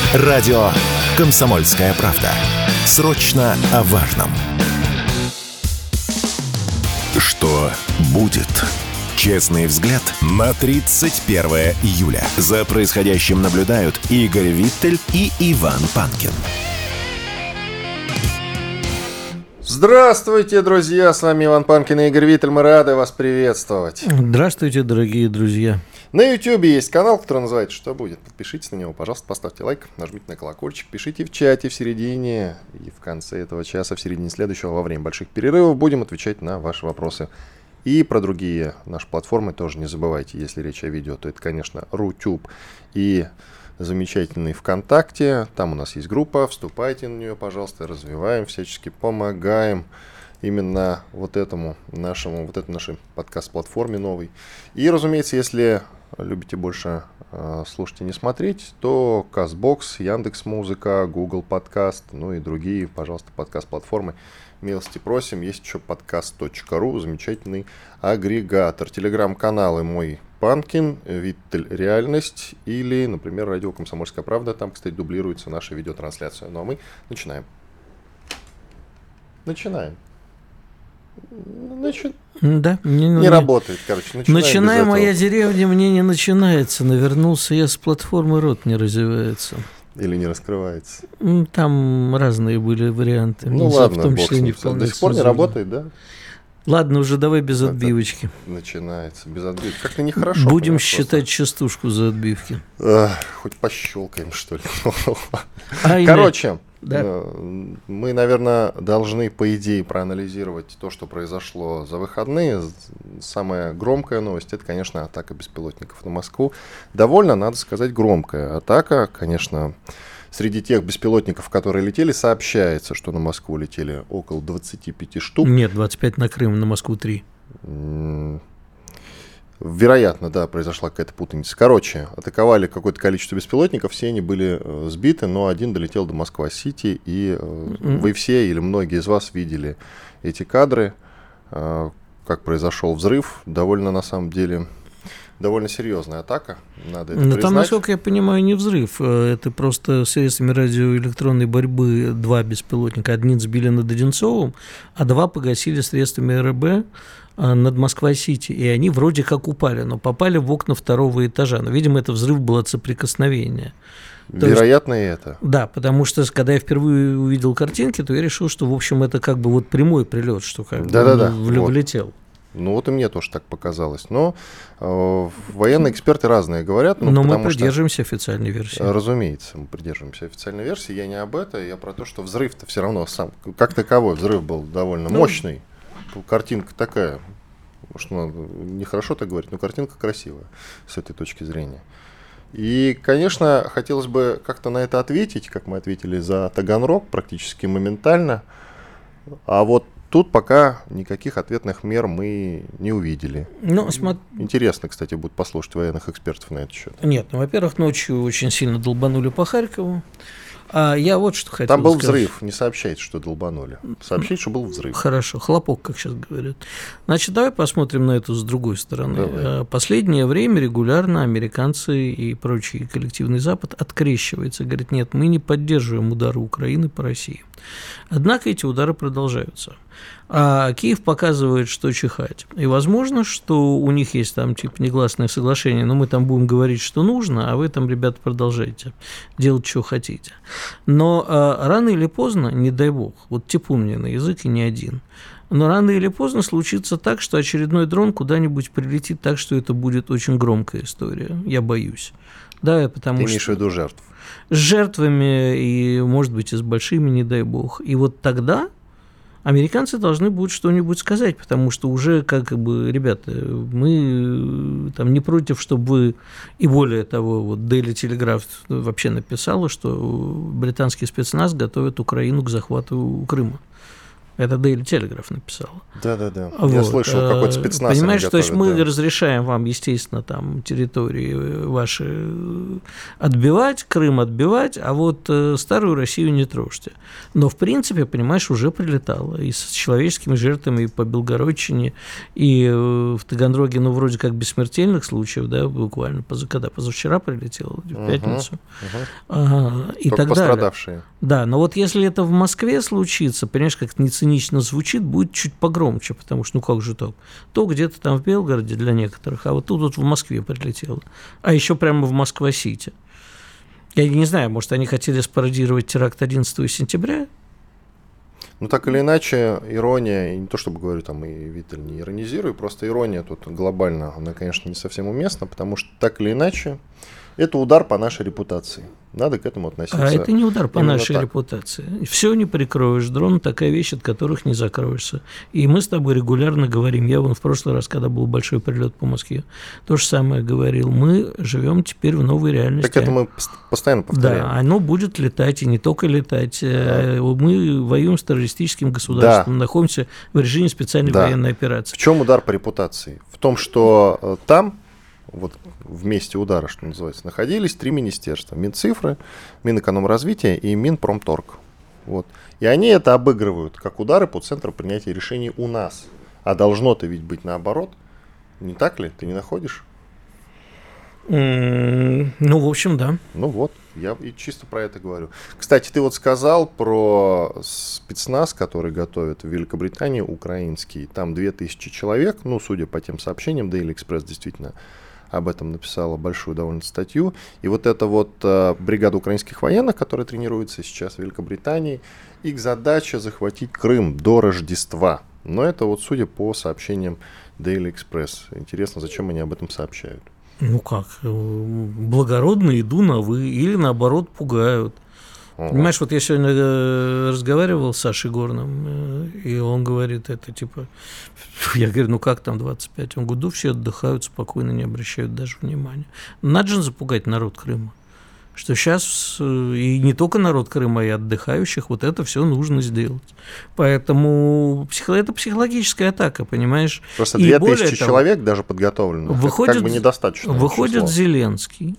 Радио «Комсомольская правда». Срочно о важном. Что будет? Честный взгляд на 31 июля. За происходящим наблюдают Игорь Виттель и Иван Панкин. Здравствуйте, друзья! С вами Иван Панкин и Игорь Виттель. Мы рады вас приветствовать. Здравствуйте, дорогие друзья. На Ютьюбе есть канал, который называется «Что будет?». Подпишитесь на него, пожалуйста, поставьте лайк, нажмите на колокольчик, пишите в чате в середине и в конце этого часа, в середине следующего, во время больших перерывов будем отвечать на ваши вопросы. И про другие наши платформы тоже не забывайте. Если речь о видео, то это, конечно, Рутюб и замечательный ВКонтакте. Там у нас есть группа, вступайте на нее, пожалуйста, развиваем, всячески помогаем именно этой нашей подкаст-платформе новой. И, разумеется, если любите больше слушать и не смотреть, то Castbox, Яндекс.Музыка, Google Подкаст, ну и другие, пожалуйста, подкаст-платформы. Милости просим. Есть еще подкаст.ру, замечательный агрегатор. Телеграм-каналы мой Панкин, Виттель Реальность или, например, радио «Комсомольская правда». Там, кстати, дублируется наша видеотрансляция. Ну а мы начинаем. Да, не работает, короче. Начиная моя деревня, мне не начинается. Навернулся я с платформы, рот не развивается. Или не раскрывается. Там разные были варианты. Ну ладно, в том числе не вполне. До сих пор не работает, да? Ладно, уже давай без отбивочки. Начинается без отбивки. Как-то нехорошо. Будем считать частушку за отбивки. Хоть пощелкаем, что ли. Короче, да. Мы, наверное, должны, по идее, проанализировать то, что произошло за выходные. Самая громкая новость — это, конечно, атака беспилотников на Москву. Довольно, надо сказать, громкая атака. Конечно, среди тех беспилотников, которые летели, сообщается, что на Москву летели около 25 штук. Нет, 25 на Крым, на Москву 3. Вероятно, да, произошла какая-то путаница. Короче, атаковали какое-то количество беспилотников, все они были сбиты, но один долетел до Москва-Сити, и вы все или многие из вас видели эти кадры, как произошел взрыв. На самом деле, довольно серьезная атака, надо это признать. Там, насколько я понимаю, не взрыв. Это просто средствами радиоэлектронной борьбы 2 беспилотника. Один сбили над Одинцовым, а 2 погасили средствами РБ над Москва-Сити. И они вроде как упали, но попали в окна 2-го этажа. Но, видимо, это взрыв было от соприкосновения. Вероятно, и это. Да, потому что, когда я впервые увидел картинки, то я решил, что, в общем, это как бы прямой прилет, что как бы влетел. Ну вот и мне тоже так показалось. Но военные эксперты разные говорят. Но мы придерживаемся официальной версии. Разумеется, мы придерживаемся официальной версии. Я не об этом, я про то, что взрыв-то все равно сам, как таковой, взрыв был довольно мощный. Картинка такая, может, нехорошо так говорить, но картинка красивая с этой точки зрения. И, конечно, хотелось бы как-то на это ответить, как мы ответили за Таганрог практически моментально. А вот тут пока никаких ответных мер мы не увидели. Интересно, кстати, будет послушать военных экспертов на этот счет. Нет, во-первых, ночью очень сильно долбанули по Харькову. А я вот что хотел сказать. Там был сказать. взрыв, не сообщайте, что долбанули. Сообщите, что был взрыв. Хорошо, хлопок, как сейчас говорят. Значит, давай посмотрим на это с другой стороны. Давай. Последнее время регулярно американцы и прочий коллективный Запад открещивается. Говорит, нет, мы не поддерживаем удары Украины по России. Однако эти удары продолжаются. А Киев показывает, что чихать. И возможно, что у них есть там типа негласное соглашение, но мы там будем говорить, что нужно, а вы там, ребята, продолжайте делать, что хотите. Но рано или поздно, не дай бог, типун мне на язык и не один, но рано или поздно случится так, что очередной дрон куда-нибудь прилетит так, что это будет очень громкая история. Я боюсь. Да, потому Ты имеешь в виду жертв? С жертвами и, может быть, и с большими, не дай бог. И вот тогда американцы должны будут что-нибудь сказать, потому что уже, ребята, мы там не против, чтобы вы, и более того, Daily Telegraph вообще написала, что британский спецназ готовит Украину к захвату Крыма. Это Daily Telegraph написала. Да-да-да. Вот. Я слышал, какой-то спецназ. Понимаешь, то есть мы да. разрешаем вам, естественно, там территории ваши отбивать, Крым отбивать, а вот старую Россию не трожьте. Но, в принципе, понимаешь, уже прилетало. И с человеческими жертвами и по Белгородчине, и в Таганроге, ну, вроде как без смертельных случаев, да, буквально, когда позавчера прилетело, в пятницу. И только так пострадавшие. далее. Да, но вот если это в Москве случится, понимаешь, как не цинично звучит, будет чуть погромче, потому что, ну как же так? То где-то там в Белгороде для некоторых, а вот тут вот в Москве прилетело. А еще прямо в Москва-Сити. Я не знаю, может, они хотели спародировать теракт 11 сентября? Ну, так или иначе, ирония, и не то чтобы говорю, там, и Виттель не иронизирую, просто ирония тут глобально, она, конечно, не совсем уместна, потому что так или иначе, это удар по нашей репутации. Надо к этому относиться. А это не удар по нашей так. репутации. Все не прикроешь. Дрон – такая вещь, от которых не закроешься. И мы с тобой регулярно говорим. Я вон в прошлый раз, когда был большой прилет по Москве, то же самое говорил. Мы живем теперь в новой реальности. Так это мы постоянно повторяем. Да, оно будет летать, и не только летать. Мы воюем с террористическим государством, находимся в режиме специальной военной операции. В чем удар по репутации? В том, что там, вот в месте удара, что называется, находились 3 министерства: Минцифры, Минэкономразвития и Минпромторг. Вот. И они это обыгрывают как удары по центру принятия решений у нас. А должно-то ведь быть наоборот. Не так ли? Ты не находишь? Ну, в общем, да. Ну вот, я и чисто про это говорю. Кстати, ты вот сказал про спецназ, который готовят в Великобритании, украинский. Там 2000 человек, ну, судя по тем сообщениям, Daily Express действительно об этом написала большую довольно статью. И вот эта вот бригада украинских военных, которая тренируется сейчас в Великобритании, их задача захватить Крым до Рождества. Но это вот судя по сообщениям Daily Express. Интересно, зачем они об этом сообщают? Ну как, благородно иду на «вы» или наоборот пугают. Понимаешь, вот я сегодня разговаривал с Сашей Горным, и он говорит, это типа, я говорю, ну как там 25? Он говорит, да все отдыхают спокойно, не обращают даже внимания. Надо же запугать народ Крыма, что сейчас и не только народ Крыма, и отдыхающих, вот это все нужно сделать. Поэтому это психологическая атака, понимаешь? Просто 2000 человек даже подготовлено, как бы недостаточно. Выходит Зеленский,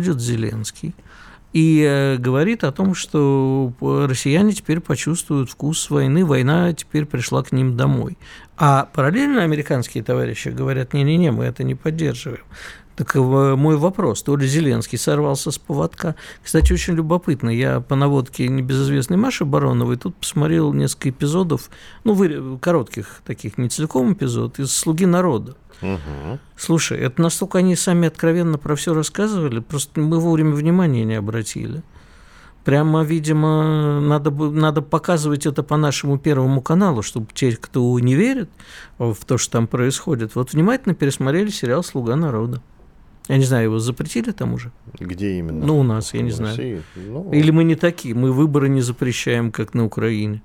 и говорит о том, что россияне теперь почувствуют вкус войны, война теперь пришла к ним домой. А параллельно американские товарищи говорят, не-не-не, мы это не поддерживаем. Так мой вопрос, то ли Зеленский сорвался с поводка. Кстати, очень любопытно, я по наводке небезызвестной Маши Бароновой тут посмотрел несколько эпизодов, ну, коротких таких, не целиком эпизод, из «Слуги народа». Угу. Слушай, это настолько они сами откровенно про все рассказывали, просто мы вовремя внимания не обратили. Прямо, видимо, надо показывать это по нашему Первому каналу, чтобы те, кто не верит в то, что там происходит, вот внимательно пересмотрели сериал «Слуга народа». Я не знаю, его запретили там уже? Где именно? Ну, у нас, я не знаю. Или мы не такие, мы выборы не запрещаем, как на Украине.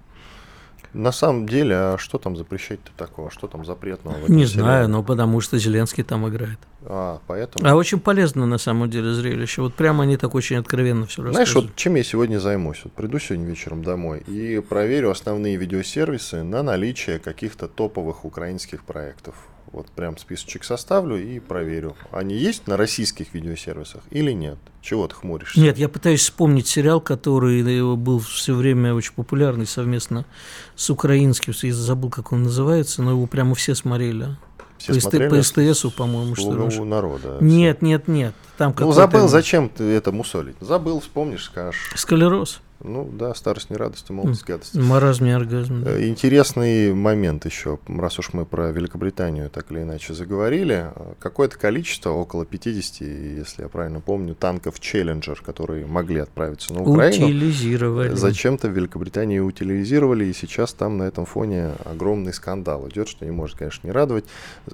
На самом деле, а что там запрещать-то такого? Что там запретного в этом Не сериале? знаю, но потому что Зеленский там играет. Поэтому... А очень полезно, на самом деле, зрелище. Вот прямо они так очень откровенно все рассказывают. Знаешь, вот чем я сегодня займусь? Вот приду сегодня вечером домой и проверю основные видеосервисы на наличие каких-то топовых украинских проектов. Вот прям списочек составлю и проверю. Они есть на российских видеосервисах или нет? Чего ты хмуришься? Нет, я пытаюсь вспомнить сериал, который был все время очень популярный совместно с украинским. Я забыл, как он называется, но его прямо все смотрели. Все смотрели? По СТСу, по-моему, что ли? Народа. Нет. Там забыл, зачем ты это мусолить? Забыл, вспомнишь, скажешь. Склероз. Ну да, старость не радость, молодость гадость. Маразм не оргазм. Да. Интересный момент еще, раз уж мы про Великобританию так или иначе заговорили. Какое-то количество, около 50, если я правильно помню, танков Challenger, которые могли отправиться на Украину. Утилизировали. Зачем-то в Великобритании утилизировали, и сейчас там на этом фоне огромный скандал идет, что не может, конечно, не радовать.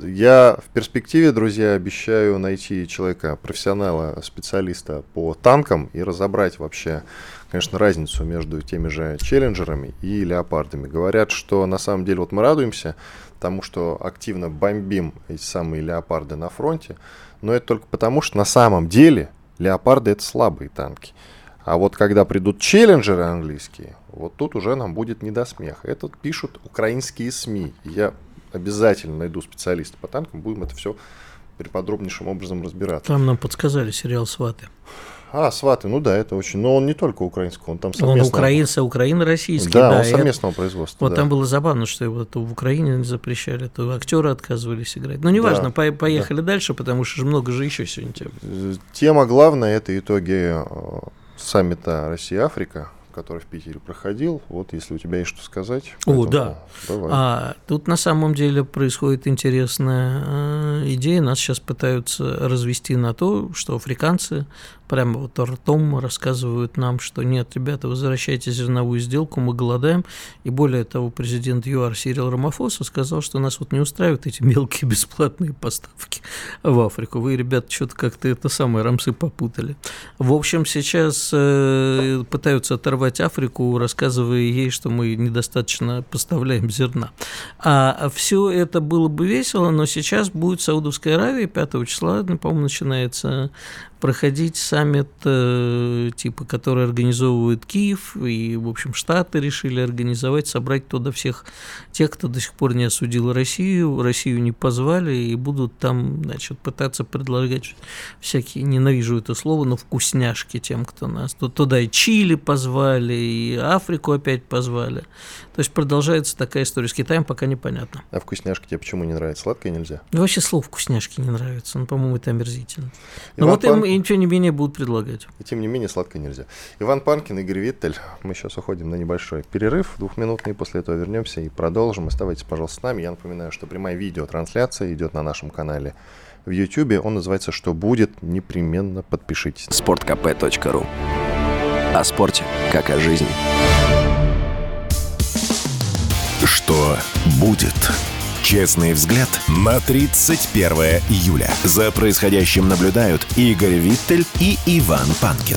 Я в перспективе, друзья, обещаю найти человека, профессионала, специалиста по танкам и разобрать вообще, конечно, разницу между теми же челленджерами и леопардами. Говорят, что на самом деле вот мы радуемся тому, что активно бомбим эти самые леопарды на фронте, но это только потому, что на самом деле леопарды — это слабые танки. А вот когда придут челленджеры английские, вот тут уже нам будет не до смеха. Это пишут украинские СМИ. Я обязательно найду специалиста по танкам, будем это все приподробнейшим образом разбираться. Там нам подсказали сериал «Сваты». «Сваты», ну да, это очень... Но он не только украинский, он там совместного... Он украино-российский, да. он совместного производства. Вот там было забавно, что его в Украине не запрещали, то актеры отказывались играть. Но неважно, поехали дальше, потому что много же еще сегодня тем. Тема главная — это итоги саммита Россия-Африка, который в Питере проходил. Вот если у тебя есть что сказать. Да. Давай. Тут на самом деле происходит интересная идея. Нас сейчас пытаются развести на то, что африканцы прямо вот ртом рассказывают нам, что нет, ребята, возвращайте зерновую сделку, мы голодаем. И более того, президент ЮАР Сирил Рамафоса сказал, что нас вот не устраивают эти мелкие бесплатные поставки в Африку. Вы, ребята, что-то как-то это самое рамсы попутали. В общем, сейчас пытаются оторвать Африку, рассказывая ей, что мы недостаточно поставляем зерна. А все это было бы весело, но сейчас будет Саудовская Аравия, 5 числа, по-моему, начинается проходить саммит, типа, который организовывает Киев, и, в общем, Штаты решили организовать, собрать туда всех тех, кто до сих пор не осудил Россию не позвали, и будут там, значит, пытаться предлагать всякие, ненавижу это слово, но вкусняшки тем, кто нас. Туда и Чили позвали, и Африку опять позвали. То есть продолжается такая история. С Китаем пока непонятно. А вкусняшки тебе почему не нравятся? Сладкое нельзя? Вообще слово «вкусняшки» не нравится. По-моему, это омерзительно. Но вот им ничего не менее будут предлагать. И тем не менее, сладкое нельзя. Иван Панкин, Игорь Виттель. Мы сейчас уходим на небольшой перерыв, 2-минутный. После этого вернемся и продолжим. Оставайтесь, пожалуйста, с нами. Я напоминаю, что прямая видеотрансляция идет на нашем канале в YouTube. Он называется «Что будет?». Непременно подпишитесь. sportkp.ru. О спорте, как о жизни. Что будет? Честный взгляд на 31 июля. За происходящим наблюдают Игорь Виттель и Иван Панкин.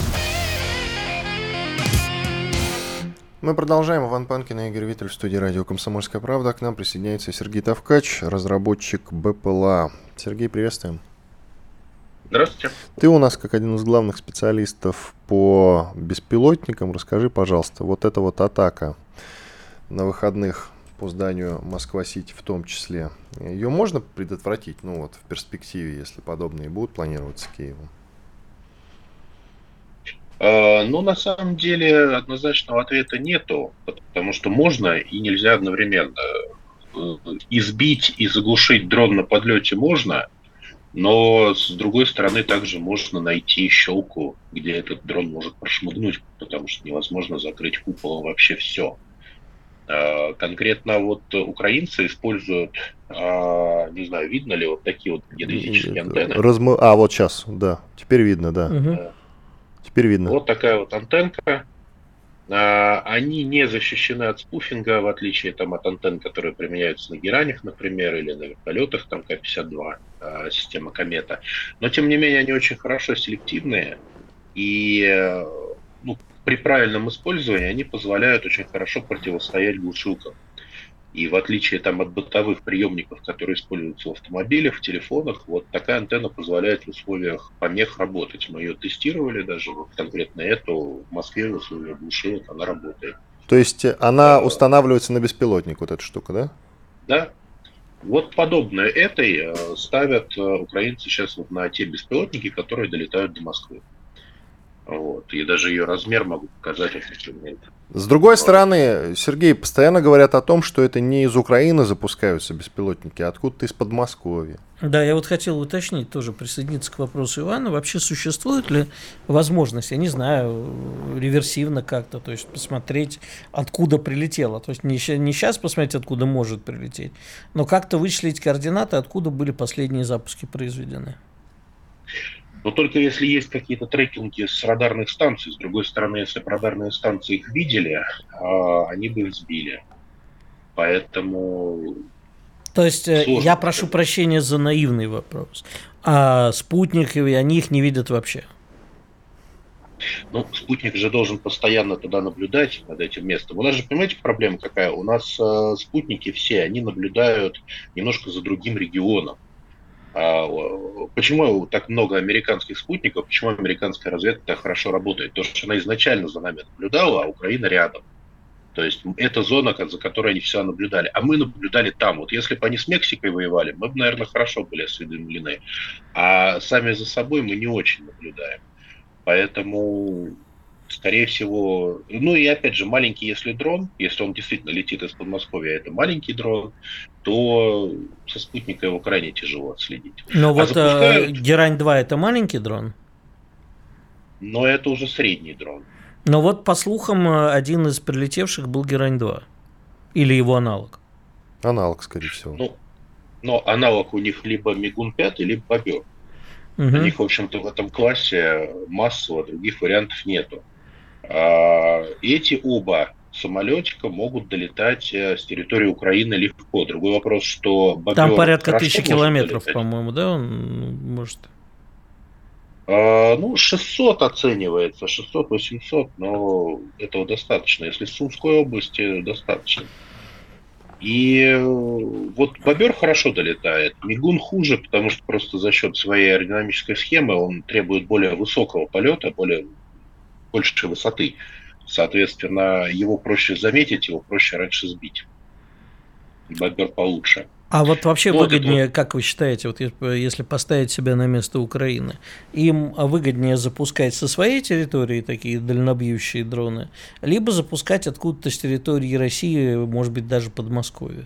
Мы продолжаем. Иван Панкин и Игорь Виттель в студии радио «Комсомольская правда». К нам присоединяется Сергей Тавкач, разработчик БПЛА. Сергей, приветствуем. Здравствуйте. Ты у нас как один из главных специалистов по беспилотникам. Расскажи, пожалуйста, вот эта вот атака на выходных по зданию Москва-Сити в том числе, ее можно предотвратить, в перспективе, если подобные будут планироваться Киевом? На самом деле однозначного ответа нету, потому что можно и нельзя одновременно. Избить и заглушить дрон на подлете можно, но с другой стороны также можно найти щелку, где этот дрон может прошмыгнуть, потому что невозможно закрыть куполом вообще все. Конкретно вот украинцы используют, не знаю, видно ли вот такие вот геодезические антенны. Вот сейчас, да, теперь видно, да. Теперь видно. Вот такая вот антенка. Они не защищены от спуфинга, в отличие от антенн, которые применяются на геранях, например, или на вертолетах, К-52, система Комета. Но, тем не менее, они очень хорошо селективные. И при правильном использовании они позволяют очень хорошо противостоять глушилкам. И в отличие от бытовых приемников, которые используются в автомобилях, в телефонах, вот такая антенна позволяет в условиях помех работать. Мы ее тестировали даже, конкретно эту, в Москве в условиях глушилок она работает. То есть она устанавливается на беспилотник, вот эта штука, да? Да. Вот подобное этой ставят украинцы сейчас на те беспилотники, которые долетают до Москвы. И даже ее размер могу показать. С другой стороны, Сергей, постоянно говорят о том, что это не из Украины запускаются беспилотники, а откуда-то из Подмосковья. Да, я хотел уточнить, тоже присоединиться к вопросу Ивана. Вообще существует ли возможность, я не знаю, реверсивно как-то, то есть посмотреть, откуда прилетело. То есть не сейчас посмотреть, откуда может прилететь, но как-то вычислить координаты, откуда были последние запуски произведены. Но только если есть какие-то трекинги с радарных станций. С другой стороны, если бы радарные станции их видели, они бы их сбили. Поэтому... То есть я прошу прощения за наивный вопрос. А спутник, они их не видят вообще? Спутник же должен постоянно туда наблюдать, над этим местом. У нас же, понимаете, проблема какая? У нас спутники все, они наблюдают немножко за другим регионом. Почему так много американских спутников, почему американская разведка так хорошо работает? Потому что она изначально за нами наблюдала, а Украина рядом. То есть это зона, за которой они все наблюдали. А мы наблюдали там. Вот если бы они с Мексикой воевали, мы бы, наверное, хорошо были осведомлены. А сами за собой мы не очень наблюдаем. Поэтому, скорее всего... Ну и опять же, маленький, если дрон, если он действительно летит из Подмосковья, это маленький дрон, то со спутника его крайне тяжело отследить. Но А вот запускают... Герань-2 это маленький дрон? Но это уже средний дрон. Но вот, по слухам, один из прилетевших был Герань-2. Или его аналог. Аналог, скорее всего. Ну, но аналог у них либо Мигун-5, либо Бобер. Угу. У них, в общем-то, в этом классе массово других вариантов нету. Эти оба самолетика могут долетать с территории Украины легко. Другой вопрос, что Бобер там порядка хорошо 1000 может километров, долетать. по-моему, да, он может... Ну, 600 оценивается, 600-800, но этого достаточно. Если в Сумской области, достаточно. И вот Бобер хорошо долетает. Мигун хуже, потому что просто за счет своей аэродинамической схемы он требует более высокого полета, большей высоты. Соответственно, его проще заметить, его проще раньше сбить. Бобер получше. А вот вообще Ну, выгоднее, как вы считаете, вот если поставить себя на место Украины, им выгоднее запускать со своей территории такие дальнобьющие дроны, либо запускать откуда-то с территории России, может быть, даже Подмосковья?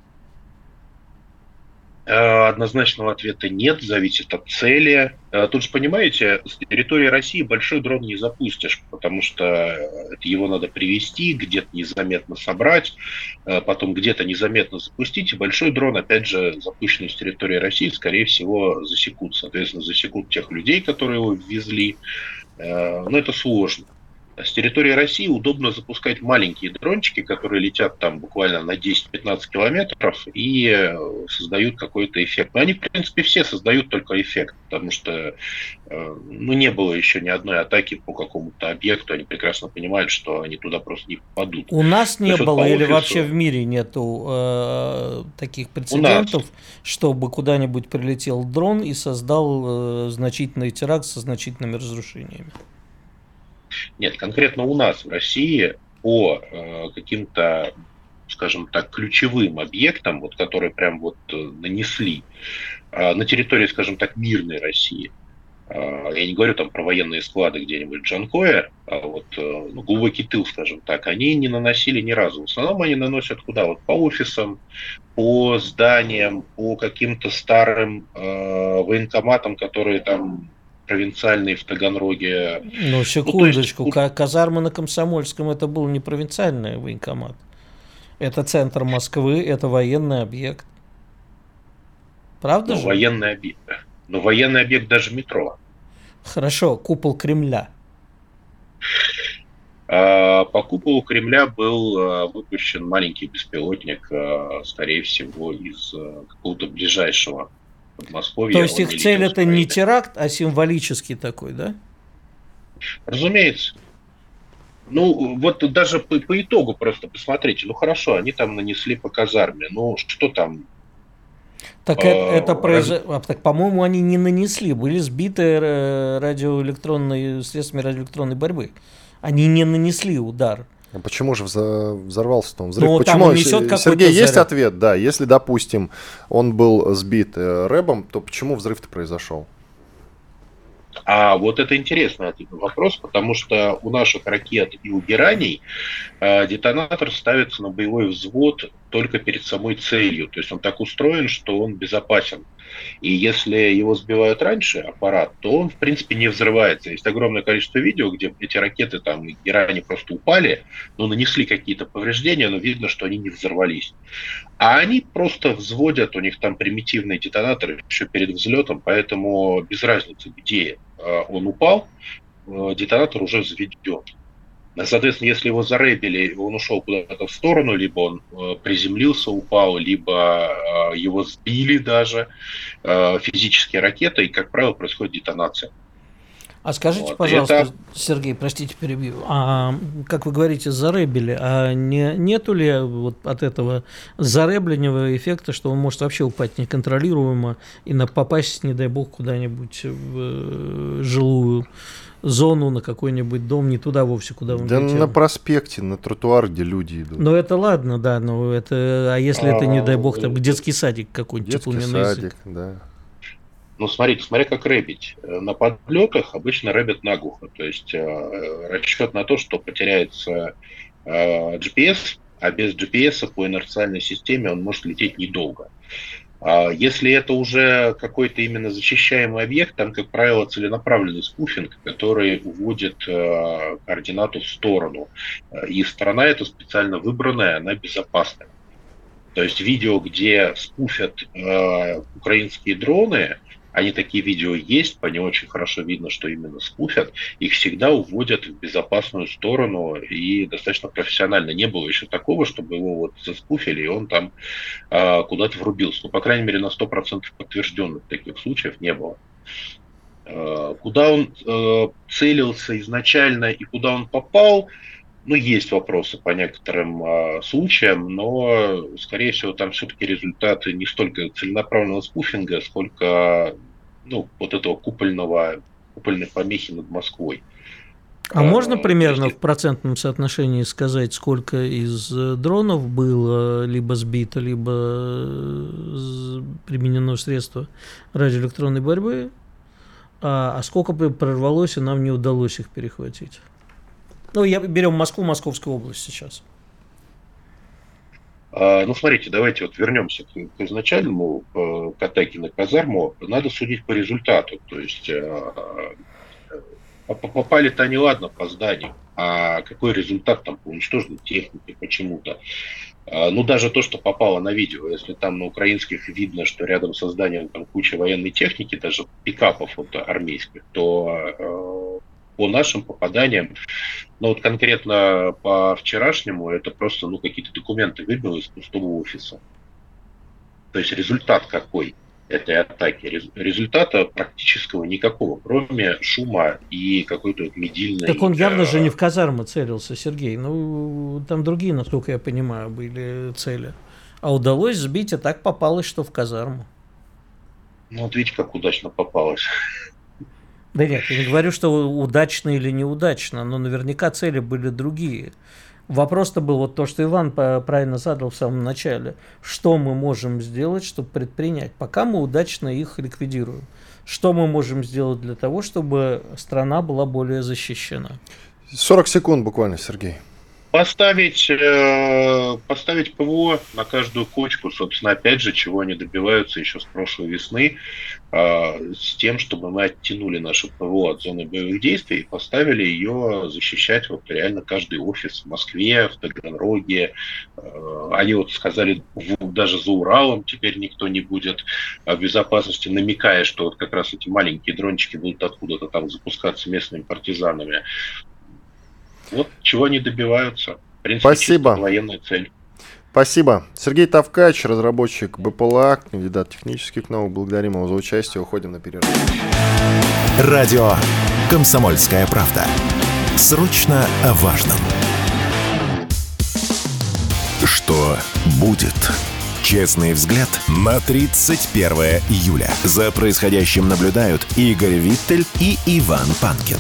Однозначного ответа нет, зависит от цели. Тут же, понимаете, с территории России большой дрон не запустишь, потому что его надо привезти, где-то незаметно собрать, потом где-то незаметно запустить, и большой дрон, опять же, запущенный с территории России, скорее всего, засекут. Соответственно, засекут тех людей, которые его ввезли. Но это сложно. С территории России удобно запускать маленькие дрончики, которые летят там буквально на 10-15 километров и создают какой-то эффект. Но они, в принципе, все создают только эффект, потому что не было еще ни одной атаки по какому-то объекту. Они прекрасно понимают, что они туда просто не попадут. У нас не было или офису... вообще в мире нету таких прецедентов, чтобы куда-нибудь прилетел дрон и создал значительный теракт со значительными разрушениями? Нет, конкретно у нас в России по каким-то, скажем так, ключевым объектам, вот, которые прям вот нанесли на территории, скажем так, мирной России. Я не говорю там про военные склады где-нибудь в Джанкое, а вот глубокий тыл, скажем так, они не наносили ни разу. В основном они наносят куда? Вот по офисам, по зданиям, по каким-то старым военкоматам, которые там провинциальные в Таганроге. Ну, секундочку, казармы на Комсомольском это был не провинциальный военкомат. Это центр Москвы, это военный объект. Правда же? Военный объект. Но военный объект даже метро. Хорошо, купол Кремля. По куполу Кремля был выпущен маленький беспилотник, скорее всего, из какого-то ближайшего Подмосковья. То есть их цель это не теракт, а символический такой, да? Разумеется. Ну, вот даже по итогу просто посмотрите. Ну, хорошо, они там нанесли по казарме. Ну, что там? Так так, по-моему, они не нанесли. Были сбиты средствами радиоэлектронной борьбы. Они не нанесли удар. А почему же взорвался-то он? Взрыв? Ну, почему? Сергей, есть ответ? Да, если, допустим, он был сбит рэбом, то почему взрыв-то произошел? А вот это интересный вопрос, потому что у наших ракет и у гераний детонатор ставится на боевой взвод только перед самой целью. То есть он так устроен, что он безопасен. И если его сбивают раньше, аппарат, то он, в принципе, не взрывается. Есть огромное количество видео, где эти ракеты там и герани просто упали, но нанесли какие-то повреждения, но видно, что они не взорвались. А они просто взводят, у них там примитивные детонаторы еще перед взлетом, поэтому без разницы, где он упал, детонатор уже взведен. Соответственно, если его зарэбили, он ушел куда-то в сторону, либо он приземлился, упал, либо его сбили даже физические ракеты, и, как правило, происходит детонация. А скажите, Вот. пожалуйста, Сергей, простите, перебью. Как вы говорите, зарэбили, нету ли вот от этого зарэбленного эффекта, что он может вообще упасть неконтролируемо и попасть, не дай бог, куда-нибудь в жилую зону, на какой-нибудь дом, не туда вовсе, куда он летел? на проспекте, на тротуар, где люди идут. Ну, это ладно, да, но это... А если это, не дай бог, там детский садик какой-нибудь, детский садик, да. Ну, смотря как рэбить. На подлетах обычно рэбят наглухо. То есть расчет на то, что потеряется GPS, а без GPS по инерциальной системе он может лететь недолго. Если это уже какой-то именно защищаемый объект, там, как правило, целенаправленный спуфинг, который уводит координату в сторону. И сторона эта специально выбранная, она безопасная. То есть видео, где спуфят украинские дроны, они такие видео есть, по ним очень хорошо видно, что именно спуфят, их всегда уводят в безопасную сторону и достаточно профессионально. Не было еще такого, чтобы его вот заспуфили, и он там куда-то врубился. Ну, по крайней мере, на 100% подтвержденных таких случаев не было. Куда он целился изначально и куда он попал, ну, есть вопросы по некоторым случаям, но, скорее всего, там все-таки результаты не столько целенаправленного спуфинга, сколько вот этого купольной помехи над Москвой. А можно примерно в процентном соотношении сказать, сколько из дронов было либо сбито, либо применено средство радиоэлектронной борьбы, а сколько бы прорвалось, и нам не удалось их перехватить? Ну, берем Москву, Московскую область сейчас. Ну, смотрите, давайте вот вернемся к изначальному, к атаке на казарму. Надо судить по результату. То есть попали-то они, ладно, по зданию. А какой результат там по уничтоженной технике почему-то? Ну, даже то, что попало на видео. Если там на украинских видно, что рядом со зданием там куча военной техники, даже пикапов вот, армейских, то по нашим попаданиям, ну вот конкретно по вчерашнему, это просто какие-то документы выбил из пустого офиса. То есть результат какой этой атаки? Результата практического никакого, кроме шума и какой-то медийной... Так он явно же не в казарму целился, Сергей. Ну, там другие, насколько я понимаю, были цели. А удалось сбить, а так попалось, что в казарму. Ну, вот видите, как удачно попалось. Да нет, я не говорю, что удачно или неудачно, но наверняка цели были другие. Вопрос-то был вот то, что Иван правильно задал в самом начале. Что мы можем сделать, чтобы предпринять, пока мы удачно их ликвидируем? Что мы можем сделать для того, чтобы страна была более защищена? 40 секунд буквально, Сергей. Поставить ПВО на каждую кочку, собственно, опять же, чего они добиваются еще с прошлой весны, с тем, чтобы мы оттянули наше ПВО от зоны боевых действий и поставили ее защищать вот реально каждый офис в Москве, в Таганроге. Они вот сказали, даже за Уралом теперь никто не будет в безопасности, намекая, что вот как раз эти маленькие дрончики будут откуда-то там запускаться местными партизанами. Вот чего они добиваются. В принципе, спасибо. Чисто военная цель. Спасибо. Сергей Тавкач, разработчик БПЛА, кандидат технических наук. Благодарим его за участие. Уходим на перерыв. Радио «Комсомольская правда». Срочно о важном. Что будет? Честный взгляд на 31 июля. За происходящим наблюдают Игорь Виттель и Иван Панкин.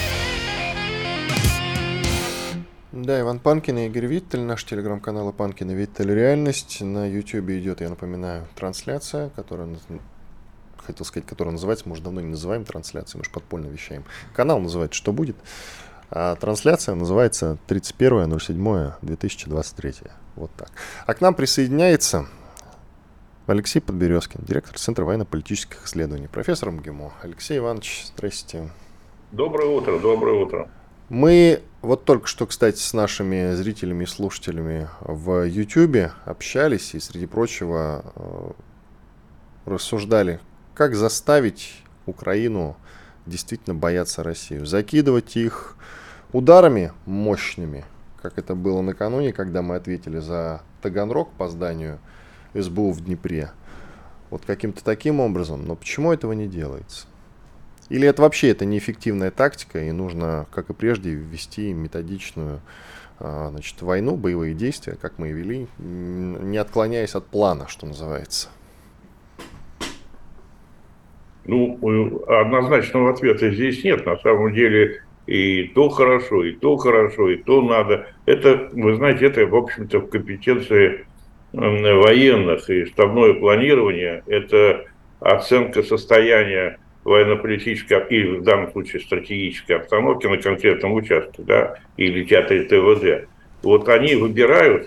Да, Иван Панкин и Игорь Виттель, наш телеграм-канал Панкин и Виттель «Реальность». На Ютьюбе идет, я напоминаю, трансляция, которая называется, мы уже давно не называем трансляцией, мы же подпольно вещаем. Канал называется «Что будет?», а трансляция называется 31.07.2023. Вот так. А к нам присоединяется Алексей Подберезкин, директор Центра военно-политических исследований, профессор МГИМО. Алексей Иванович, здрасте. Доброе утро, доброе утро. Мы вот только что, кстати, с нашими зрителями и слушателями в YouTube общались и, среди прочего, рассуждали, как заставить Украину действительно бояться Россию. Закидывать их ударами мощными, как это было накануне, когда мы ответили за Таганрог по зданию СБУ в Днепре. Вот каким-то таким образом. Но почему этого не делается? Или это вообще это неэффективная тактика, и нужно, как и прежде, ввести методичную войну, боевые действия, как мы и вели, не отклоняясь от плана, что называется? Ну, однозначного ответа здесь нет. На самом деле и то хорошо, и то хорошо, и то надо. Это, вы знаете, это, в общем-то, в компетенции военных, и штабное планирование – это оценка состояния военно-политической и, в данном случае, стратегической обстановки на конкретном участке, да, или театре ТВД. Вот они выбирают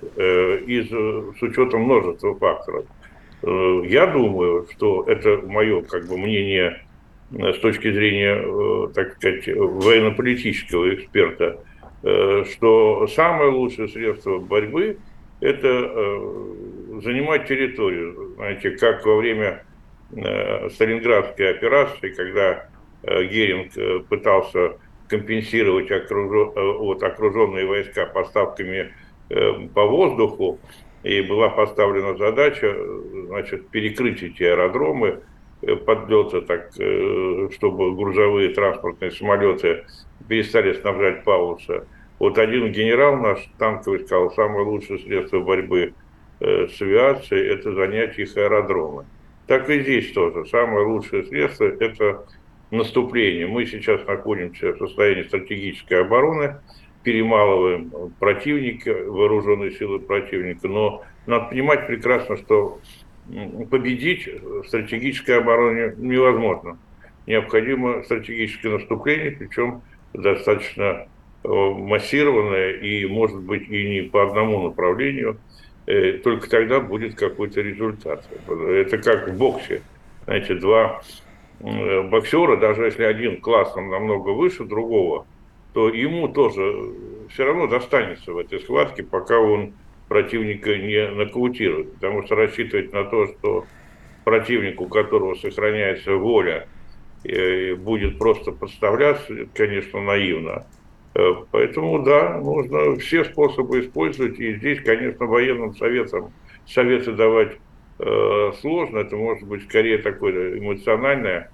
с учетом множества факторов. Я думаю, что это мое как бы мнение с точки зрения, так сказать, военно-политического эксперта, что самое лучшее средство борьбы – это занимать территорию. Знаете, как во время Сталинградской операции, когда Геринг пытался компенсировать окруженные войска поставками по воздуху, и была поставлена задача, значит, перекрыть эти аэродромы подлета, так, чтобы грузовые транспортные самолеты перестали снабжать Паулуса. Вот один генерал наш танковый сказал, самое лучшее средство борьбы с авиацией – это занять их аэродромы. Так и здесь тоже. Самое лучшее средство – это наступление. Мы сейчас находимся в состоянии стратегической обороны, перемалываем противника, вооруженные силы противника, но надо понимать прекрасно, что победить в стратегической обороне невозможно. Необходимо стратегическое наступление, причем достаточно массированное и, может быть, и не по одному направлению, только тогда будет какой-то результат. Это как в боксе. Знаете, два боксера, даже если один классом намного выше другого, то ему тоже все равно достанется в этой схватке, пока он противника не нокаутирует. Потому что рассчитывать на то, что противник, у которого сохраняется воля, будет просто подставляться, конечно, наивно. Поэтому, да, нужно все способы использовать. И здесь, конечно, военным советы давать сложно. Это может быть скорее такое эмоциональное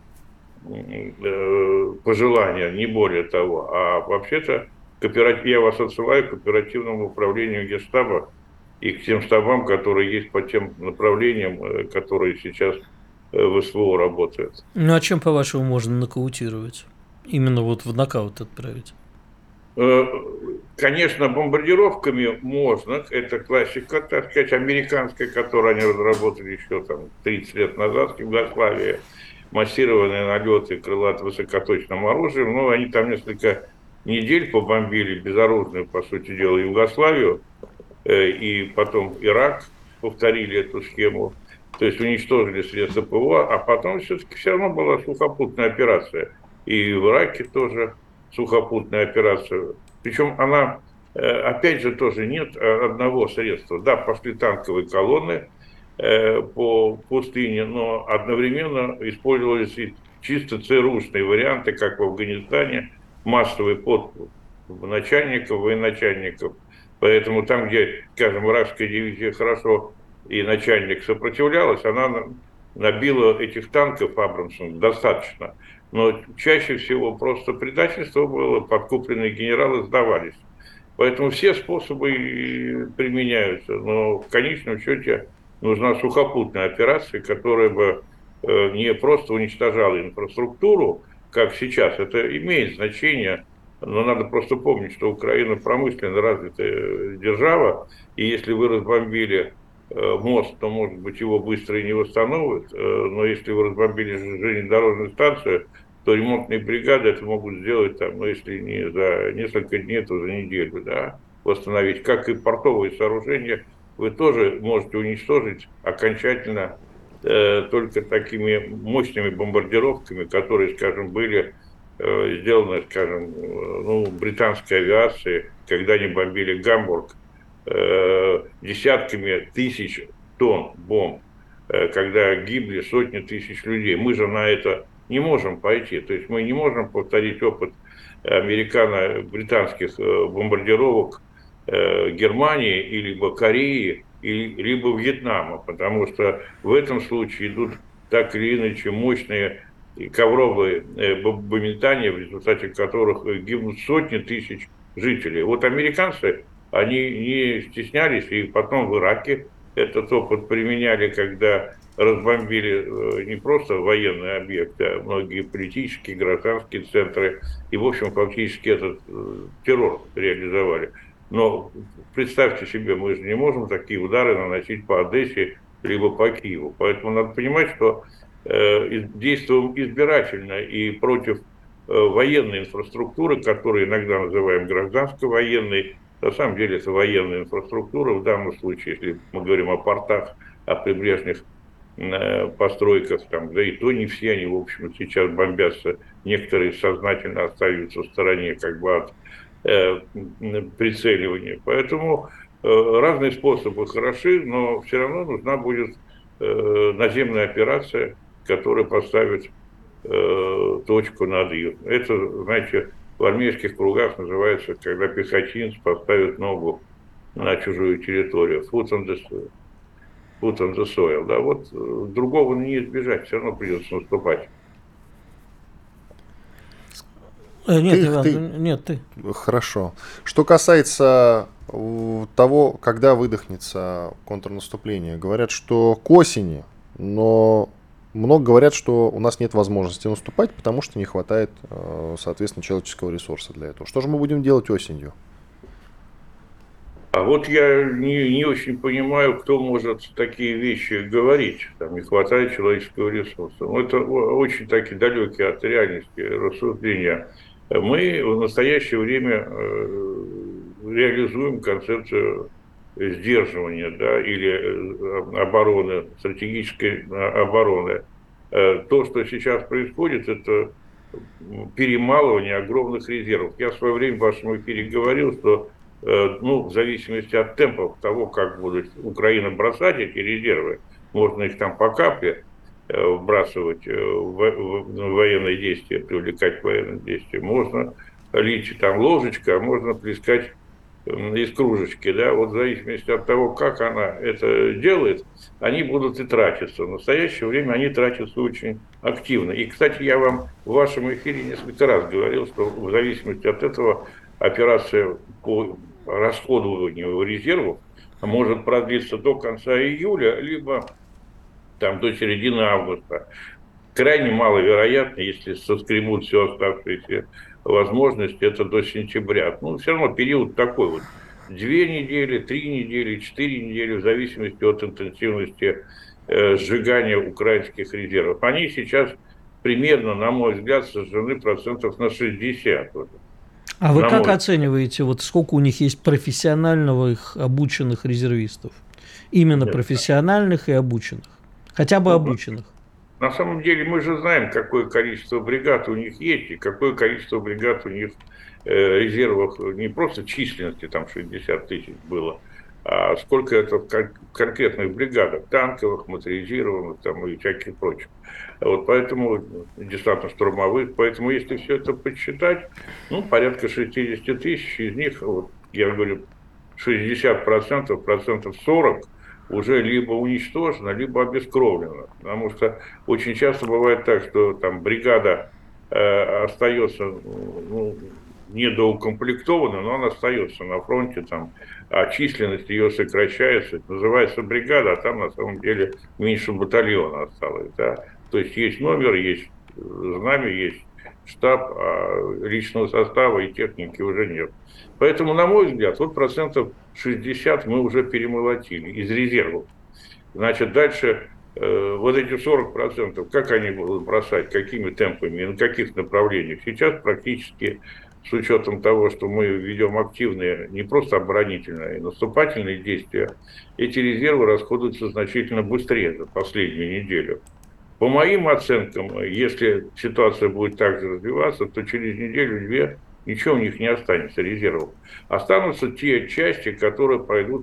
пожелание, не более того. А вообще-то я вас отсылаю к оперативному управлению Генштаба и к тем штабам, которые есть по тем направлениям, которые сейчас в СВО работают. Ну а чем, по-вашему, можно нокаутировать? Именно вот в нокаут отправить? Конечно, бомбардировками можно. Это классика, так сказать, американская, которую они разработали еще там 30 лет назад в Югославии. Массированные налеты крылатым высокоточным оружием. Ну, они там несколько недель побомбили безоружную, по сути дела, Югославию. И потом Ирак повторили эту схему. То есть уничтожили средства ПВО, а потом все-таки все равно была сухопутная операция. И в Ираке тоже сухопутная операция. Причем она, опять же, тоже нет одного средства. Да, пошли танковые колонны по пустыне, но одновременно использовались и чисто ЦРУшные варианты, как в Афганистане, массовый подкуп начальников, военачальников. Поэтому там, где, скажем, иракская дивизия хорошо и начальник сопротивлялась, она набила этих танков Абрамсом достаточно. Но чаще всего просто предательство было, подкупленные генералы сдавались. Поэтому все способы применяются, но в конечном счете нужна сухопутная операция, которая бы не просто уничтожала инфраструктуру, как сейчас. Это имеет значение, но надо просто помнить, что Украина промышленно развитая держава, и если вы разбомбили мост, то, может быть, его быстро и не восстановят, но если вы разбомбили железнодорожную станцию, то ремонтные бригады это могут сделать, там, ну, если не за несколько дней, то за неделю, да, восстановить. Как и портовые сооружения, вы тоже можете уничтожить окончательно только такими мощными бомбардировками, которые, скажем, были сделаны, скажем, ну, британской авиацией, когда они бомбили Гамбург, десятками тысяч тонн бомб, когда гибли сотни тысяч людей. Мы же на это не можем пойти. То есть мы не можем повторить опыт американо-британских бомбардировок Германии, либо Кореи, либо Вьетнама, потому что в этом случае идут так или иначе мощные и ковровые бомбометания, в результате которых гибнут сотни тысяч жителей. Вот американцы, они не стеснялись, и потом в Ираке этот опыт применяли, когда разбомбили не просто военные объекты, а многие политические, гражданские центры, и, в общем, фактически этот террор реализовали. Но представьте себе, мы же не можем такие удары наносить по Одессе либо по Киеву. Поэтому надо понимать, что действуем избирательно и против военной инфраструктуры, которую иногда называем гражданско-военной. На самом деле это военная инфраструктура. В данном случае, если мы говорим о портах, о прибрежных постройках, там, да и то не все они, в общем, сейчас бомбятся. Некоторые сознательно остаются в стороне как бы от прицеливания. Поэтому разные способы хороши, но все равно нужна будет наземная операция, которая поставит точку над «и». Это, знаете, в армейских кругах называется, когда пехотинец поставит ногу на чужую территорию. Foot on the soil. Да, вот другого не избежать, все равно придется наступать. Нет, Иван, нет, ты. Хорошо. Что касается того, когда выдохнется контрнаступление, говорят, что к осени, но много говорят, что у нас нет возможности наступать, потому что не хватает, соответственно, человеческого ресурса для этого. Что же мы будем делать осенью? А вот я не очень понимаю, кто может такие вещи говорить. Там не хватает человеческого ресурса. Ну, это очень такие далекие от реальности рассуждения. Мы в настоящее время реализуем концепцию сдерживания, да, или обороны, стратегической обороны. То, что сейчас происходит, это перемалывание огромных резервов. Я в свое время в вашем эфире говорил, что в зависимости от темпов того, как будет Украина бросать эти резервы, можно их там по капле вбрасывать в военные действия, привлекать к военным действиям. Можно лить там ложечка, а можно плескать из кружечки, да, вот в зависимости от того, как она это делает, они будут и тратиться. В настоящее время они тратятся очень активно. И, кстати, я вам в вашем эфире несколько раз говорил, что в зависимости от этого операция по расходованию резервов может продлиться до конца июля, либо там до середины августа. Крайне маловероятно, если соскребут все оставшиеся возможности, это до сентября. Ну, все равно период такой вот. 2 недели, 3 недели, 4 недели, в зависимости от интенсивности сжигания украинских резервов. Они сейчас примерно, на мой взгляд, сожжены процентов на 60. А вы как оцениваете, вот сколько у них есть профессиональных обученных резервистов? Именно профессиональных и обученных. Хотя бы обученных. На самом деле мы же знаем, какое количество бригад у них есть, и какое количество бригад у них резервов, не просто численности, там 60 тысяч было, а сколько это в конкретных бригадах, танковых, моторизированных там, и всяких прочих. Вот поэтому десантно-штурмовых, поэтому если все это подсчитать, порядка 60 тысяч, из них, вот, я говорю, 60%, процентов 40% уже либо уничтожено, либо обескровлено. Потому что очень часто бывает так, что там бригада остается недоукомплектована, но она остается на фронте, там, а численность ее сокращается. Это называется бригада, а там на самом деле меньше батальона осталось. Да? То есть есть номер, есть знамя, есть штаб, а личного состава и техники уже нет. Поэтому, на мой взгляд, вот процентов 60 мы уже перемолотили из резервов. Значит, дальше вот эти 40%, как они будут бросать, какими темпами, на каких направлениях. Сейчас практически, с учетом того, что мы ведем активные, не просто оборонительные, а наступательные действия, эти резервы расходуются значительно быстрее за последнюю неделю. По моим оценкам, если ситуация будет так же развиваться, то через неделю-две ничего у них не останется, резервов. Останутся те части, которые пойдут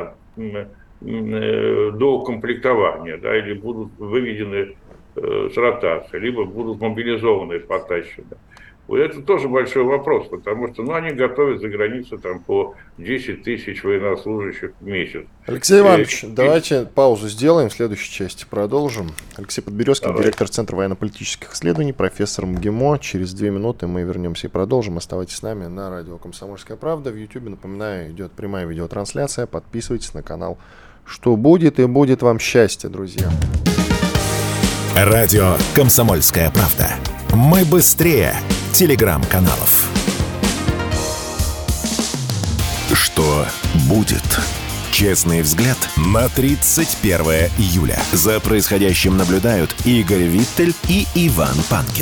до комплектования, да, или будут выведены с ротации, либо будут мобилизованы и потащены. Вот это тоже большой вопрос, потому что они готовят за границей там, по 10 тысяч военнослужащих в месяц. Алексей Иванович, давайте паузу сделаем, в следующей части продолжим. Алексей Подберезкин, директор Центра военно-политических исследований, профессор МГИМО. Через 2 минуты мы вернемся и продолжим. Оставайтесь с нами на радио «Комсомольская правда». В YouTube, напоминаю, идет прямая видеотрансляция. Подписывайтесь на канал «Что будет?» и будет вам счастье, друзья. Радио «Комсомольская правда». Мы быстрее телеграм-каналов. Что будет? Честный взгляд на 31 июля. За происходящим наблюдают Игорь Виттель и Иван Панкин.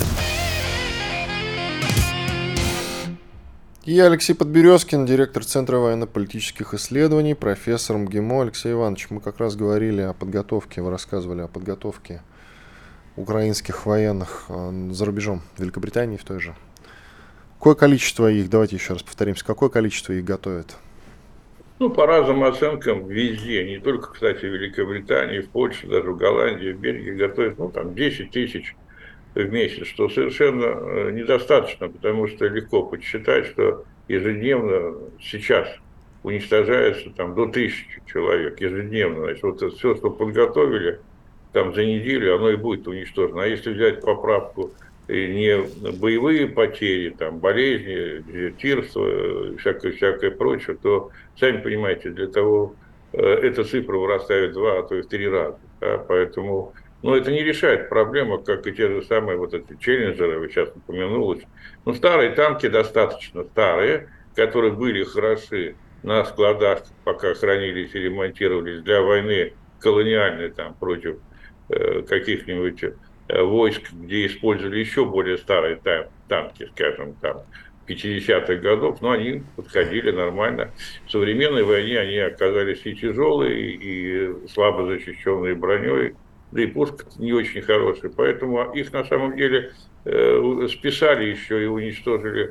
Я Алексей Подберезкин, директор Центра военно-политических исследований, профессор МГИМО. Алексей Иванович, мы как раз говорили о подготовке, вы рассказывали о подготовке украинских военных за рубежом, в Великобритании в той же. Какое количество их, давайте еще раз повторимся, какое количество их готовят? По разным оценкам везде, не только, кстати, в Великобритании, в Польше, даже в Голландии, в Бельгии готовят, 10 тысяч в месяц, что совершенно недостаточно, потому что легко подсчитать, что ежедневно сейчас уничтожается до 1000 человек ежедневно. Значит, вот это все, что подготовили за неделю, оно и будет уничтожено. А если взять поправку не боевые потери, болезни, дезертирство, всякое прочее, то, сами понимаете, для того эта цифра вырастает в 2, а то и в 3 раза. Да? Поэтому, это не решает проблему, как и те же самые эти челленджеры, вы сейчас упомянулись. Старые танки достаточно старые, которые были хороши на складах, пока хранились и ремонтировались для войны колониальной против каких-нибудь войск, где использовали еще более старые танки, скажем, 50-х годов, но они подходили нормально. В современной войне они оказались и тяжелые, и слабо защищенные броней, да и пушка не очень хорошая. Поэтому их на самом деле списали еще и уничтожили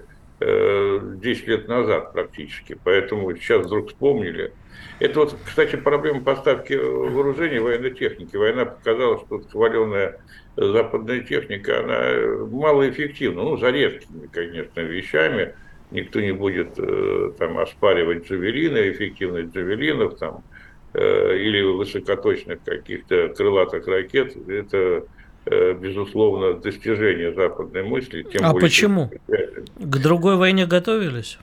10 лет назад практически. Поэтому сейчас вдруг вспомнили. Это кстати, проблема поставки вооружений, военной техники. Война показала, что хваленая западная техника, она малоэффективна. За редкими, конечно, вещами. Никто не будет оспаривать джавелины, эффективность джавелинов или высокоточных каких-то крылатых ракет. Это, безусловно, достижение западной мысли. Тем более, почему? К другой войне готовились?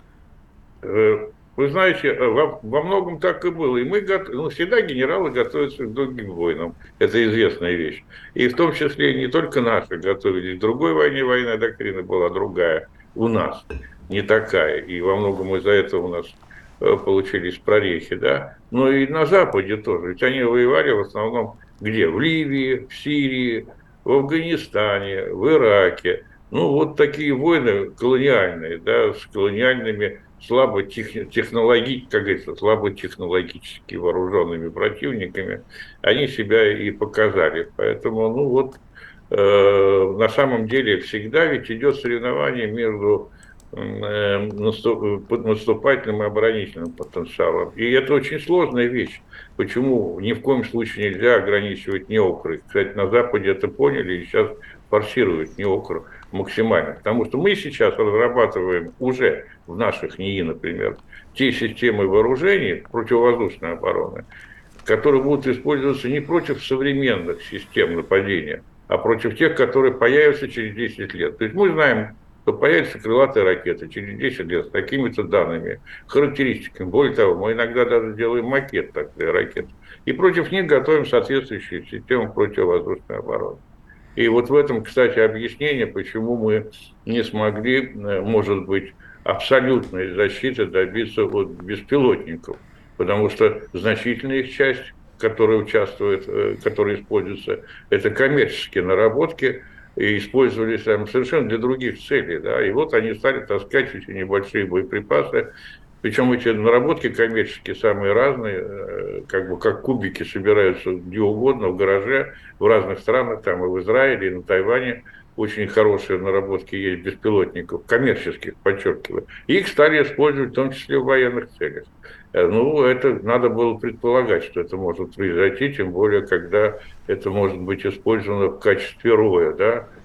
Вы знаете, во многом так и было. И мы всегда генералы готовятся к другим войнам. Это известная вещь. И в том числе не только наши готовились. В другой войне военная доктрина была другая. У нас не такая. И во многом из-за этого у нас получились прорехи. Да? Но и на Западе тоже. Ведь они воевали в основном где? В Ливии, в Сирии, в Афганистане, в Ираке. Такие войны колониальные, да, с колониальными слабо-технологически вооруженными противниками, они себя и показали. Поэтому, на самом деле всегда ведь идет соревнование между наступательным и оборонительным потенциалом. И это очень сложная вещь. Почему ни в коем случае нельзя ограничивать неокры? Кстати, на Западе это поняли и сейчас форсируют неокр максимально. Потому что мы сейчас разрабатываем уже в наших НИИ, например, те системы вооружений противовоздушной обороны, которые будут использоваться не против современных систем нападения, а против тех, которые появятся через 10 лет. То есть мы знаем, что появятся крылатые ракеты через 10 лет с такими-то данными, характеристиками. Более того, мы иногда даже делаем макет такой ракет. И против них готовим соответствующие системы противовоздушной обороны. И в этом, кстати, объяснение, почему мы не смогли, может быть, абсолютной защиты добиться от беспилотников. Потому что значительная их часть, которая участвует, которая используется, это коммерческие наработки, и использовались совершенно для других целей. Да? И они стали таскать эти небольшие боеприпасы. Причем эти наработки коммерческие самые разные, как кубики собираются где угодно, в гараже, в разных странах, и в Израиле, и на Тайване. Очень хорошие наработки есть беспилотников, коммерческих, подчеркиваю. И их стали использовать в том числе в военных целях. Это надо было предполагать, что это может произойти, тем более, когда это может быть использовано в качестве роя, да,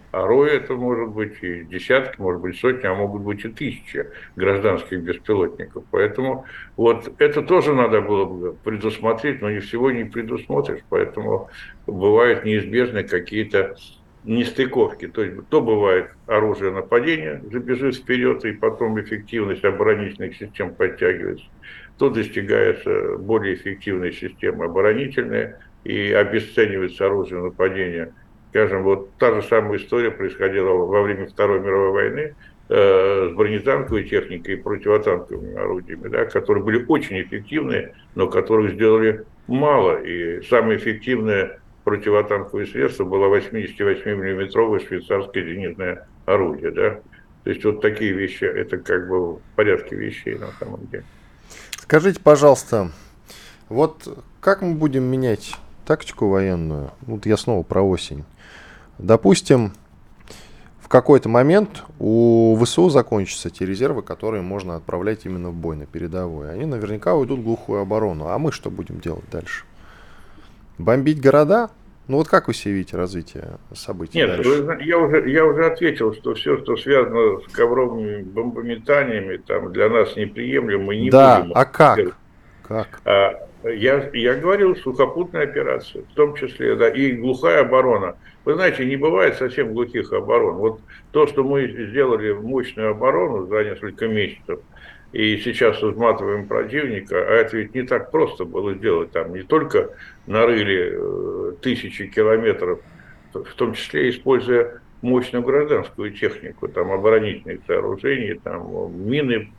А рои это может быть и десятки, может быть сотни, а могут быть и тысячи гражданских беспилотников. Поэтому вот это тоже надо было бы предусмотреть, но всего не предусмотришь. Поэтому бывают неизбежны какие-то нестыковки. То есть то бывает оружие нападения, забежит вперед, и потом эффективность оборонительных систем подтягивается, то достигается более эффективной системы оборонительной и обесценивается оружие нападения. Скажем, вот та же самая история происходила во время Второй мировой войны с бронетанковой техникой и противотанковыми орудиями, да, которые были очень эффективны, но которых сделали мало. И самое эффективное противотанковое средство было 88-миллиметровое швейцарское зенитное орудие. Да. То есть вот такие вещи, это как бы в порядке вещей на самом деле. Скажите, пожалуйста, вот как мы будем менять тактику военную? Вот я снова про осень. Допустим, в какой-то момент у ВСУ закончатся те резервы, которые можно отправлять именно в бой на передовой. Они наверняка уйдут в глухую оборону. А мы что будем делать дальше? Бомбить города? Ну вот как вы себе видите развитие событий? Нет, я уже ответил, что все, что связано с ковровыми бомбометаниями, там для нас неприемлемо, мы не будем. А как? Как? Я говорил, сухопутная операция, в том числе, да, и глухая оборона. Вы знаете, не бывает совсем глухих оборон. Вот то, что мы сделали мощную оборону за несколько месяцев, и сейчас изматываем противника, а это ведь не так просто было сделать. Там не только нарыли тысячи километров, в том числе используя мощную гражданскую технику, там оборонительных сооружений, там мины,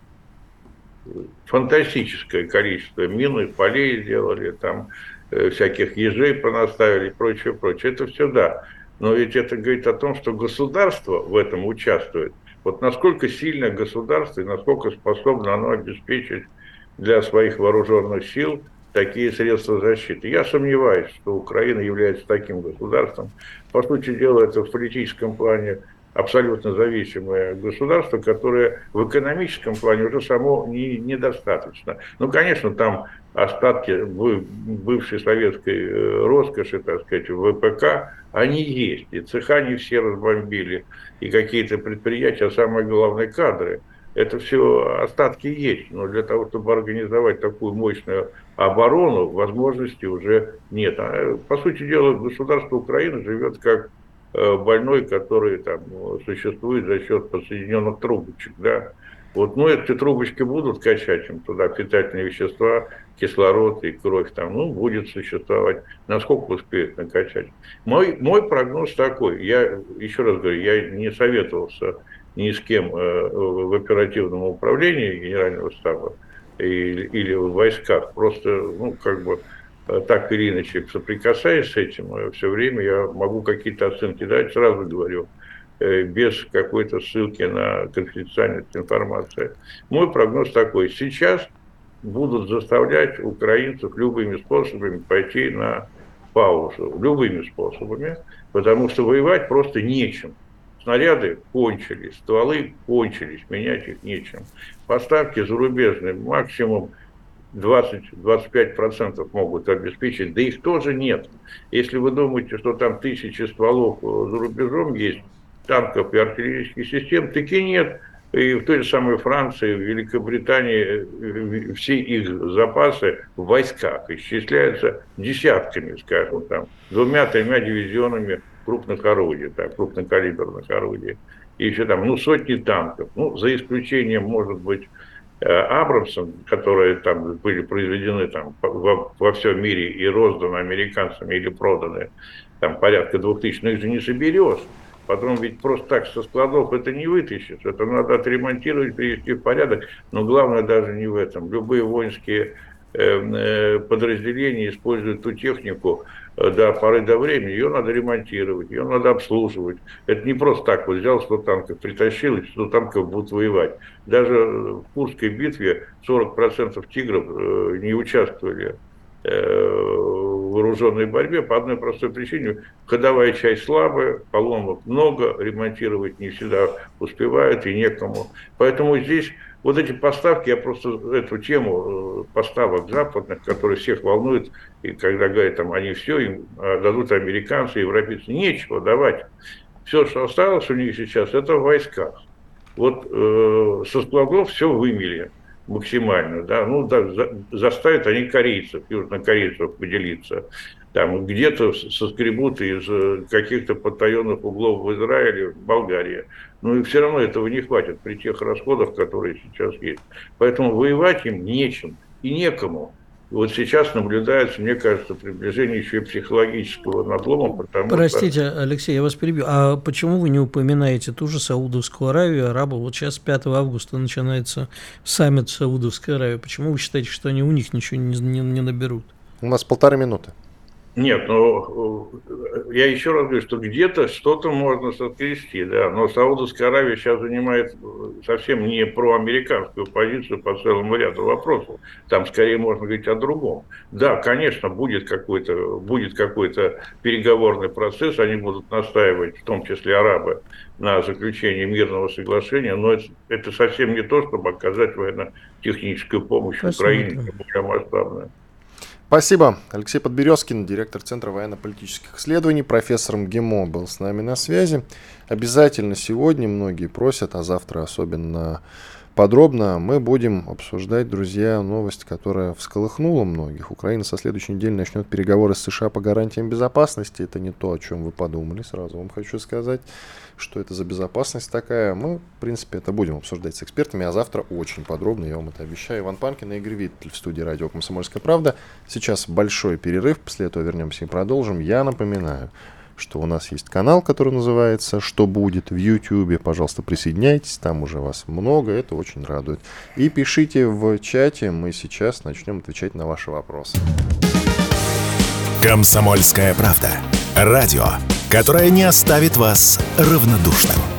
фантастическое количество мин и полей сделали, там всяких ежей понаставили и прочее, прочее. Это все да. Но ведь это говорит о том, что государство в этом участвует. Вот насколько сильно государство и насколько способно оно обеспечить для своих вооруженных сил такие средства защиты. Я сомневаюсь, что Украина является таким государством. По сути дела, это в политическом плане абсолютно зависимое государство, которое в экономическом плане уже само недостаточно. Ну, конечно, там остатки бывшей советской роскоши, так сказать, ВПК, они есть. И цеха не все разбомбили, и какие-то предприятия, а самое главное, кадры. Это все остатки есть, но для того, чтобы организовать такую мощную оборону, возможности уже нет. По сути дела, государство Украины живет как больной, который там существует за счет подсоединенных трубочек, да. Вот, ну, эти трубочки будут качать им туда питательные вещества, кислород и кровь там, ну, будет существовать. Насколько успеют накачать? Мой прогноз такой, я еще раз говорю, я не советовался ни с кем в оперативном управлении Генерального штаба или в войсках, просто, ну, как бы, так или иначе соприкасаясь с этим, все время я могу какие-то оценки дать, сразу говорю, без какой-то ссылки на конфиденциальность информации. Мой прогноз такой. Сейчас будут заставлять украинцев любыми способами пойти на паузу. Любыми способами, потому что воевать просто нечем. Снаряды кончились, стволы кончились, менять их нечем. Поставки зарубежные максимум 20-25% могут обеспечить, да их тоже нет. Если вы думаете, что там тысячи стволов за рубежом есть, танков и артиллерийских систем, таки нет. И в той же самой Франции, в Великобритании все их запасы в войсках исчисляются десятками, скажем, там, 2-3 дивизионами крупных орудий, там, крупнокалиберных орудий. И еще там, ну, сотни танков. Ну, за исключением, может быть, Абрамсом, которые там были произведены там, во всем мире и розданы американцами или проданы там порядка 2000, но их же не соберешь. Потом ведь просто так со складов это не вытащишь. Это надо отремонтировать, привести в порядок. Но главное даже не в этом. Любые воинские подразделения используют ту технику до поры до времени. Ее надо ремонтировать, ее надо обслуживать. Это не просто так вот взял 100 танков, притащил, и 100 танков будут воевать. Даже в Курской битве 40% тигров не участвовали в вооруженной борьбе по одной простой причине. Ходовая часть слабая, поломок много, ремонтировать не всегда успевают и некому. Поэтому здесь вот эти поставки, я просто эту тему поставок западных, которые всех волнуют, и когда говорят, там, они все им дадут американцы, европейцы, нечего давать. Все, что осталось у них сейчас, это в войсках. Вот со складов все вымели максимально, да, ну, да, заставят они корейцев, южнокорейцев поделиться. Там где-то соскребут из каких-то потаенных углов в Израиле, в Болгарии. Ну и все равно этого не хватит при тех расходах, которые сейчас есть. Поэтому воевать им нечем и некому. Вот сейчас наблюдается, мне кажется, приближение еще и психологического надлома, потому Простите, Алексей, я вас перебью. А почему вы не упоминаете ту же Саудовскую Аравию, арабов? Вот сейчас 5 августа начинается саммит Саудовской Аравии. Почему вы считаете, что они у них ничего не наберут? У нас 1,5 минуты. Нет, но я еще раз говорю, что где-то что-то можно соскрести, да, но Саудовская Аравия сейчас занимает совсем не проамериканскую позицию по целому ряду вопросов. Там скорее можно говорить о другом. Да, конечно, будет какой-то переговорный процесс, они будут настаивать, в том числе арабы, на заключении мирного соглашения, но это совсем не то, чтобы оказать военно-техническую помощь Украине, более масштабную. Спасибо. Алексей Подберезкин, директор Центра военно-политических исследований, профессор МГИМО, был с нами на связи. Обязательно сегодня, многие просят, а завтра особенно подробно, мы будем обсуждать, друзья, новость, которая всколыхнула многих. Украина со следующей недели начнет переговоры с США по гарантиям безопасности. Это не то, о чем вы подумали, сразу вам хочу сказать. Что это за безопасность такая? Мы, в принципе, это будем обсуждать с экспертами, а завтра очень подробно, я вам это обещаю. Иван Панкин и Игорь Виттель в студии радио «Комсомольская правда». Сейчас большой перерыв, после этого вернемся и продолжим. Я напоминаю, что у нас есть канал, который называется «Что будет» в YouTube. Пожалуйста, присоединяйтесь, там уже вас много, это очень радует. И пишите в чате, мы сейчас начнем отвечать на ваши вопросы. «Комсомольская правда». Радио, которое не оставит вас равнодушным.